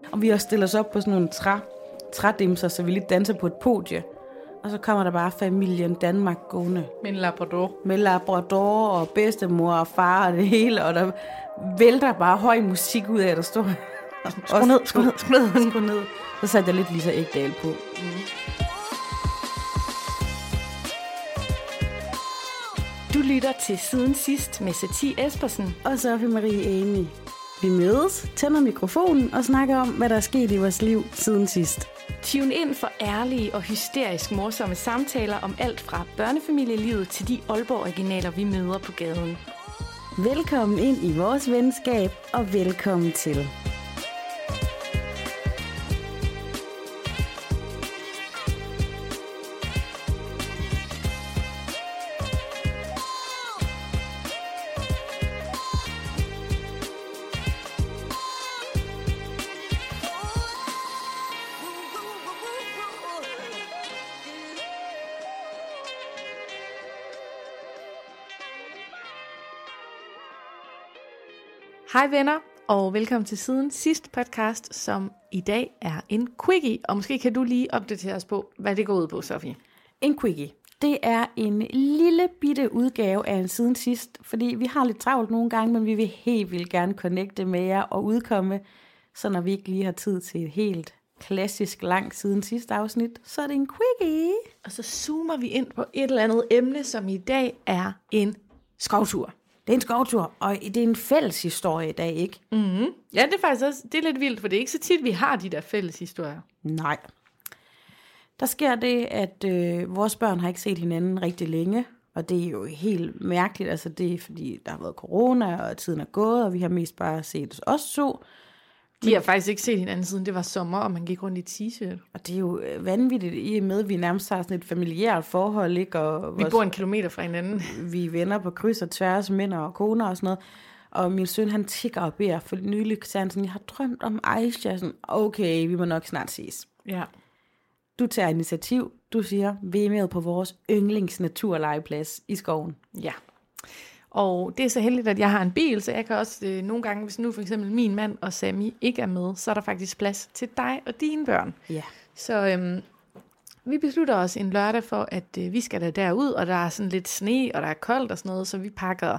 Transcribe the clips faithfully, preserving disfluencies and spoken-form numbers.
Og vi også stiller os op på sådan nogle træ, trædimser, så vi lige danser på et podie. Og så kommer der bare familien Danmark gående. Med en labrador. Med labrador og bedstemor og far og det hele. Og der vælter bare høj musik ud af, der står... Skru ned, skru ned, skru ned. Skru ned. Så satte jeg lidt Lisa Ekdahl på. Mm. Du lytter til Siden Sidst med Satie Espersen og Sofie Marie Amy. Vi mødes, tænder mikrofonen og snakker om, hvad der er sket i vores liv siden sidst. Tune ind for ærlige og hysterisk morsomme samtaler om alt fra børnefamilielivet til de Aalborg-originaler, vi møder på gaden. Velkommen ind i vores venskab, og velkommen til. Hej venner, og velkommen til Siden Sidst podcast, som i dag er en quickie. Og måske kan du lige opdatere os på, hvad det går ud på, Sofie. En quickie. Det er en lille bitte udgave af en Siden Sidst, fordi vi har lidt travlt nogle gange, men vi vil helt vildt gerne connecte med jer og udkomme, så når vi ikke lige har tid til et helt klassisk langt Siden Sidst afsnit, så er det en quickie. Og så zoomer vi ind på et eller andet emne, som i dag er en skovtur. Det er en skovtur, og det er en fælles historie i dag, ikke? Mm-hmm. Ja, det er faktisk også det er lidt vildt, for det er ikke så tit, vi har de der fælles historier. Nej. Der sker det, at øh, vores børn har ikke set hinanden rigtig længe, og det er jo helt mærkeligt. Altså det er, fordi der har været corona, og tiden er gået, og vi har mest bare set os to. De har faktisk ikke set hinanden siden det var sommer, og man gik rundt i t-shirt. Og det er jo vanvittigt i og med, at vi nærmest har sådan et familiært forhold, ikke? Og vi bor en kilometer fra hinanden. Vi er venner på kryds og tværs, mænd og koner og sådan noget. Og min søn, han tigger og beder, for nylig sagde han sådan, jeg har drømt om Aisha. Sådan, okay, vi må nok snart ses. Ja. Du tager initiativ. Du siger, vi er med på vores yndlingsnaturlegeplads i skoven. Ja. Og det er så heldigt, at jeg har en bil, så jeg kan også øh, nogle gange, hvis nu for eksempel min mand og Sammy ikke er med, så er der faktisk plads til dig og dine børn. Ja. Så øhm, vi beslutter os en lørdag for, at øh, vi skal da derud, og der er sådan lidt sne, og der er koldt og sådan noget, så vi pakker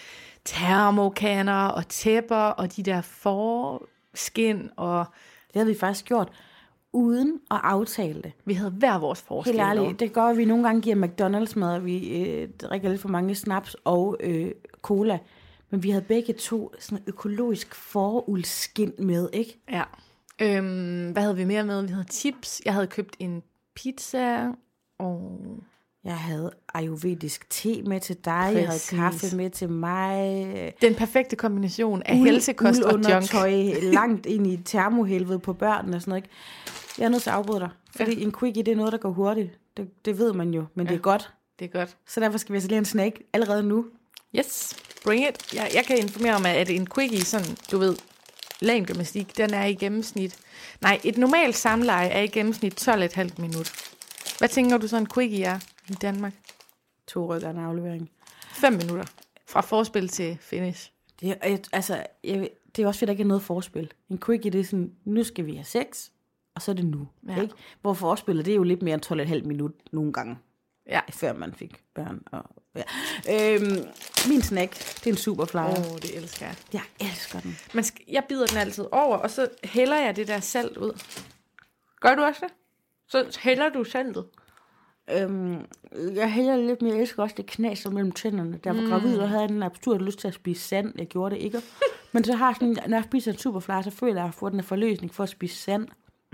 termokander og tæpper og de der forskin. Og det havde vi faktisk gjort uden at aftale det. Vi havde hver vores forskin. Helt ærligt, det gør, at vi nogle gange giver McDonald's mad, og vi øh, drikker lidt for mange snaps og øh, cola. Men vi havde begge to sådan økologisk foruldskin med, ikke? Ja. Øhm, hvad havde vi mere med? Vi havde chips. Jeg havde købt en pizza, og jeg havde ayurvedisk te med til dig. Præcis. Jeg havde kaffe med til mig. Den perfekte kombination af uld, helsekost og junk. Langt ind i termohelvede på børnene og sådan noget, ikke? Jeg er nødt til at afbryde dig, fordi ja. En quickie, det er noget, der går hurtigt. Det, det ved man jo, men ja. Det er godt. Det er godt. Så derfor skal vi altså lige en snack allerede nu. Yes, bring it. Jeg, jeg kan informere om, at en quickie, sådan, du ved, lagengymnastik, den er i gennemsnit. Nej, et normalt samleje er i gennemsnit tolv komma fem minut. Hvad tænker du så en quickie er i Danmark? To rykker en aflevering. Fem minutter. Fra forspil til finish. Det er, altså, jeg, det er også fordi, der ikke er noget forspil. En quickie, det er sådan, nu skal vi have sex, og så er det nu. Ja. Ikke? Hvor forspillet, det er jo lidt mere end tolv komma fem minut nogle gange. Ja. Før man fik børn. Og, ja. øhm, min snack, det er en superflyer. Åh, oh, det elsker jeg. Jeg elsker den. Man skal, jeg bider den altid over, og så hælder jeg det der salt ud. Gør du også det? Så hælder du saltet? Øhm, jeg hælder lidt, men jeg elsker også det knaser mellem tænderne. Da jeg var mm. gravid, og havde jeg den absurd lyst til at spise sand. Jeg gjorde det ikke. Men så har jeg sådan, når jeg spiser en superflyer, så føler jeg, at jeg får den her forløsning for at spise sand.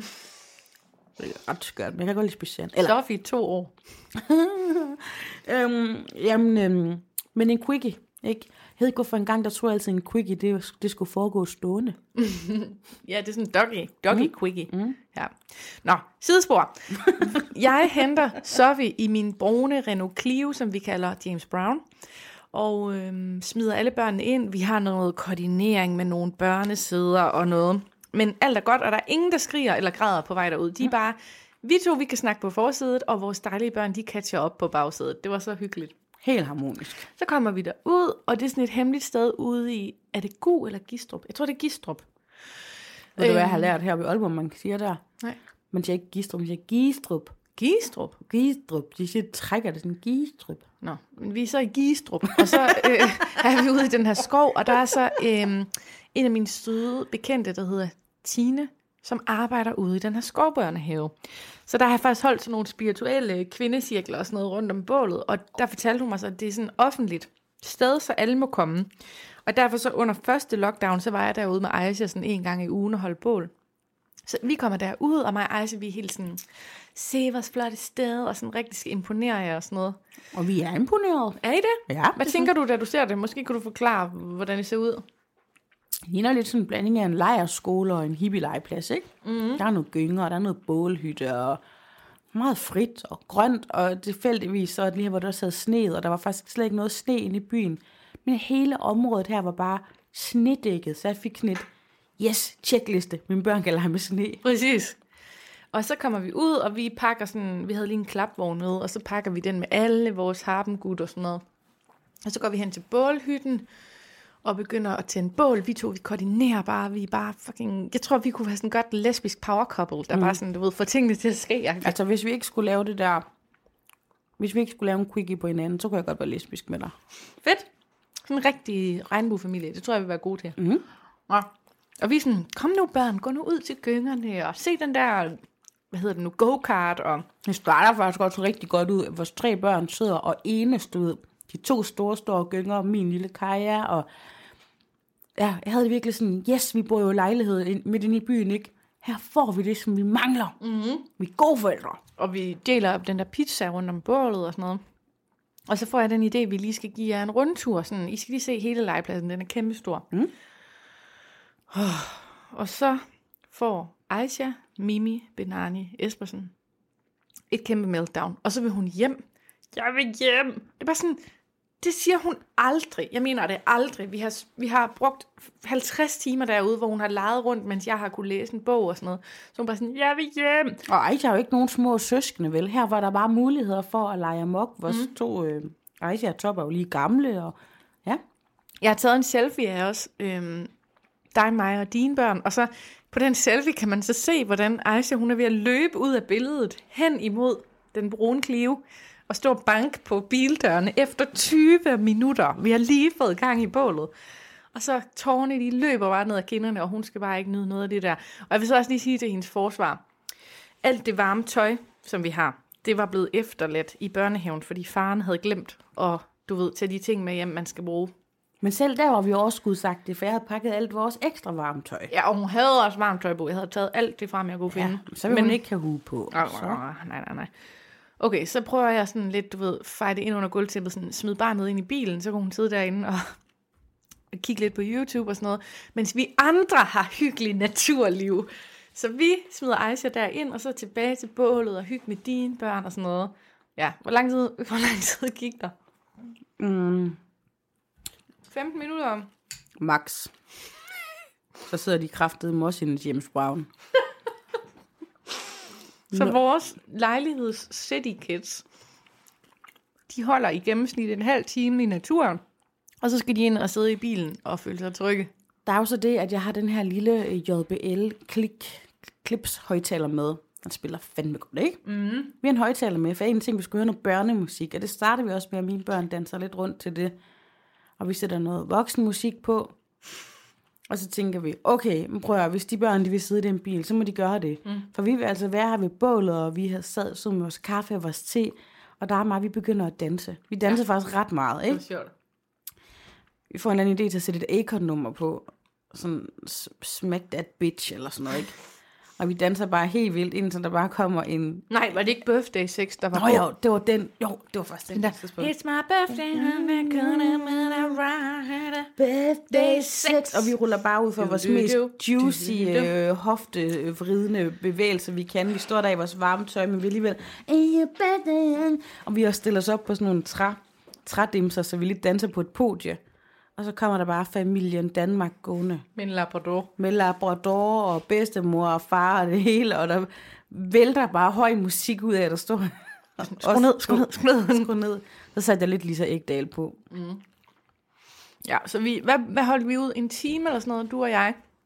Det er ret skørt, men jeg kan godt lide spise sand. Eller Sofie, to år. øhm, jamen, øhm, men en quickie, ikke? Jeg ved ikke, hvorfor en gang, der tror jeg altid, en quickie, det, det skulle foregå stående. Ja, det er sådan en doggy, doggy mm. quickie. Mm. Ja. Nå, sidespor. Jeg henter Sofie i min brune Renault Clio, som vi kalder James Brown, og øhm, smider alle børnene ind. Vi har noget koordinering med nogle børnesæder og noget. Men alt er godt, og der er ingen, der skriger eller græder på vej derud. De er bare, vi to, vi kan snakke på forsædet, og vores dejlige børn, de catcher op på bagsædet. Det var så hyggeligt. Helt harmonisk. Så kommer vi derud, og det er sådan et hemmeligt sted ude i, er det Gu eller Gistrup? Jeg tror, det er Gistrup. Ved du, hvad jeg har lært her ved Aalborg, man kan sige der? Nej. Man siger ikke Gistrup, man siger Gistrup. Gistrup? Gistrup. De siger, trækker det sådan Gistrup. Nå, men vi er så i Gistrup, og så øh, er vi ude i den her skov, og der er så øh, en af mine søde bekendte, der hedder Tine, som arbejder ude i den her skovbørnehave. Så der har jeg faktisk holdt sådan nogle spirituelle kvindecirkler og sådan noget rundt om bålet, og der fortalte hun mig så, at det er sådan offentligt sted, så alle må komme. Og derfor så under første lockdown, så var jeg derude med Aisha sådan en gang i ugen og holdt bål. Så vi kommer derud, og mig og Aisha, vi er helt sådan, se vores flotte sted, og sådan rigtig skal imponere jer og sådan noget. Og vi er imponeret. Er I det? Ja. Hvad tænker du, da du ser det? Måske kan du forklare, hvordan det ser ud. Det ligner lidt sådan en blanding af en lejrskole og en hippie-legeplads, ikke? Mm. Der er noget gynger, og der er noget bålhytte, og meget frit og grønt, og tilfældigvis så er det lige her, hvor der sad sne, og der var faktisk slet ikke noget sne inde i byen. Men hele området her var bare snedækket, så jeg fik sådan et, yes, checkliste. Mine børn kalder ham med sne. Præcis. Og så kommer vi ud, og vi pakker sådan, vi havde lige en klapvogn med, og så pakker vi den med alle vores harpengud og sådan noget. Og så går vi hen til bålhytten, og begynder at tænde bål. Vi to, vi koordinerer bare, vi er bare fucking... Jeg tror, vi kunne have sådan et godt lesbisk power couple, der mm. bare sådan, du ved, får tingene til at ske. Altså, hvis vi ikke skulle lave det der... Hvis vi ikke skulle lave en quickie på hinanden, så kunne jeg godt være lesbisk med dig. Fedt. Sådan en rigtig regnbuefamilie, det tror jeg, vi vil være gode til. Mm. Ja. Og vi er sådan, kom nu børn, gå nu ud til gyngerne, og se den der, hvad hedder det nu, go-kart. Og... Det starter faktisk også rigtig godt ud. Vores tre børn sidder og ene stod. De to store, store gynger, min lille Kaja, og ja, jeg havde virkelig sådan, yes, vi bor jo i lejlighed midt inde i byen, ikke? Her får vi det, som vi mangler. Mm-hmm. Vi er gode forældre. Og vi deler op den der pizza rundt om bålet og sådan noget. Og så får jeg den idé, at vi lige skal give jer en rundtur. Sådan, I skal lige se hele legepladsen, den er kæmpestor. Mm. Oh, og så får Aisha, Mimi, Benani, Espersen et kæmpe meltdown. Og så vil hun hjem. Jeg vil hjem. Det er bare sådan, det siger hun aldrig. Jeg mener det aldrig. Vi har, vi har brugt halvtreds timer derude, hvor hun har leget rundt, mens jeg har kunne læse en bog og sådan noget. Så hun bare sådan, jeg vil hjem. Og Aisha har jo ikke nogen små søskende, vel? Her var der bare muligheder for at lege amok. Vores mm. to, øh, Aisha og Top er jo lige gamle, og ja. Jeg har taget en selfie af os, øh, dig, mig og dine børn, og så på den selfie kan man så se, hvordan Aisha, hun er ved at løbe ud af billedet hen imod den brune Clio, og stå bank på bildørene efter tyve minutter. Vi har lige fået gang i bålet. Og så tårerne, de løber bare ned ad kinderne, og hun skal bare ikke nyde noget af det der. Og jeg vil så også lige sige til hendes forsvar. Alt det varme tøj, som vi har, det var blevet efterladt i børnehaven, fordi faren havde glemt at, du ved, tage de ting med hjem, man skal bruge. Men selv der var vi overskud sagt det, for jeg havde pakket alt vores ekstra varmt tøj. Ja, og hun havde også varmt tøj på. Jeg havde taget alt det frem, jeg kunne finde. Ja, så ville Men... hun ikke have hue på. Oh, så. Nej, nej, nej. Okay, så prøver jeg sådan lidt, du ved, fejde ind under gulvtæppet, sådan smide barnet ind i bilen, så kan hun sidde derinde og kigge lidt på YouTube og sådan noget, mens vi andre har hyggeligt naturliv. Så vi smider Aisha derind, og så tilbage til bålet og hygge med dine børn og sådan noget. Ja, hvor lang tid, hvor lang tid gik der? Mm. femten minutter. Max. Så sidder de kraftede med også i James Brown. Så vores lejligheds city kids, de holder i gennemsnit en halv time i naturen, og så skal de ind og sidde i bilen og føle sig trygge. Der er jo så det, at jeg har den her lille J B L-clips højtaler med. Den spiller fandme godt, ikke? Mm. Vi har en højtaler med, for en ting, vi skulle høre noget børnemusik, og det starter vi også med, at mine børn danser lidt rundt til det. Og vi sætter noget voksenmusik på. Og så tænker vi, okay, prøv at, hvis de børn de vil sidde i den bil, så må de gøre det. Mm. For vi vil altså være her ved bålet, og vi har sad så med vores kaffe og vores te, og der er meget, vi begynder at danse. Vi danser ja. faktisk ret meget, ikke? Det er sjovt. Vi får en eller anden idé til at sætte et Akon-nummer på, sådan smack that bitch, eller sådan noget, ikke? Og vi danser bare helt vildt, indtil der bare kommer en... Nej, var det ikke Birthday sex, der var Nå, jo, det var den. Jo, det var faktisk den. der. It's my birthday, I'm gonna birthday sex. Og vi ruller bare ud for vores mest juicy, øh, hoftevridende bevægelser, vi kan. Vi står der i vores varme tøj, men vi alligevel... Og vi også stiller os op på sådan nogle træ, trædimser, så vi lige danser på et podie. Og så kommer der bare familien Danmark gående. Med en labrador. Med labrador og bedstemor og far og det hele. Og der vælter bare høj musik ud af, der står... Skru ned, skru ned, skru ned. Skru ned. Så satte jeg lidt Lisa Ekdal på. Mm. Ja, så vi... Hvad, hvad holdt vi ud? En time eller sådan noget, du og jeg?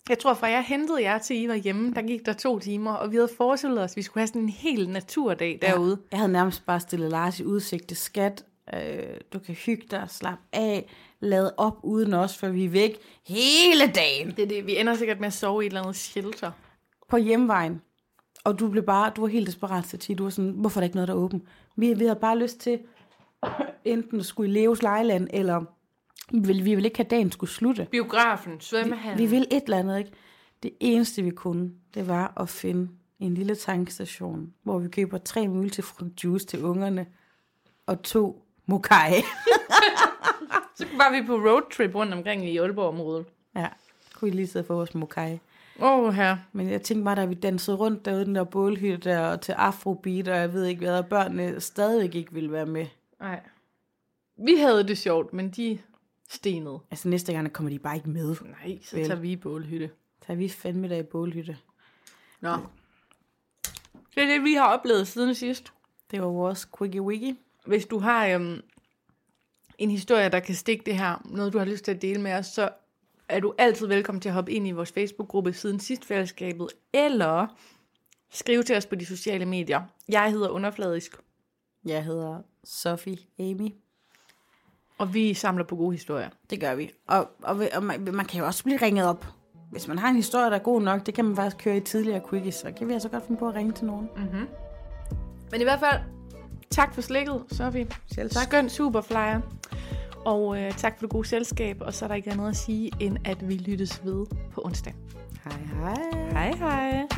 Jeg tror, fra jeg hentede jer til I var hjemme, der gik der to timer, og vi havde forestillet os, at vi skulle have sådan en hel naturdag derude. Ja, jeg havde nærmest bare stillet Lars i udsigt til skat. Øh, du kan hygge dig, slappe af, lade op uden os, for vi er væk hele dagen. Det er det. Vi ender sikkert med at sove i et eller andet shelter. På hjemvejen. Og du blev bare, du var helt desperat til tit. Du var sådan, hvorfor er der ikke noget, der er åbent? Vi, vi havde bare lyst til enten at skulle i Leos Lejland, eller vi ville, vi ville ikke have dagen skulle slutte. Biografen, svømmehallen. Vi, vi ville et eller andet, ikke? Det eneste, vi kunne, det var at finde en lille tankstation, hvor vi køber tre multifrugt-juice til ungerne, og to mokai. Så var vi på roadtrip rundt omkring i Aalborg-området. Ja, kunne I lige sidde for vores mokai. Åh, oh, her. Men jeg tænkte bare, da vi dansede rundt derude, den der bålhytte der, og til afrobeat, og jeg ved ikke hvad, og børnene stadig ikke ville være med. Nej. Vi havde det sjovt, men de stenede. Altså næste gang kommer de bare ikke med. Nej, så Vel. tager vi i bålhytte. Så vi fandme der i bålhytte. Nå. Det er det, vi har oplevet siden sidst. Det var vores quickie wiggy. Hvis du har øhm, en historie, der kan stikke det her, noget du har lyst til at dele med os, så er du altid velkommen til at hoppe ind i vores Facebook-gruppe siden sidst fællesskabet, eller skrive til os på de sociale medier. Jeg hedder Underfladisk. Jeg hedder Sofie Amy. Og vi samler på gode historier. Det gør vi. Og, og, og man, man kan jo også blive ringet op. Hvis man har en historie, der er god nok, det kan man faktisk køre i tidligere quickies, så kan vi altså godt finde på at ringe til nogen. Mm-hmm. Men i hvert fald, tak for slikket, Sofie. Selv tak. Skøn superflyer. Og øh, tak for det gode selskab. Og så er der ikke andet at sige, end at vi lyttes ved på onsdag. Hej hej. Hej hej.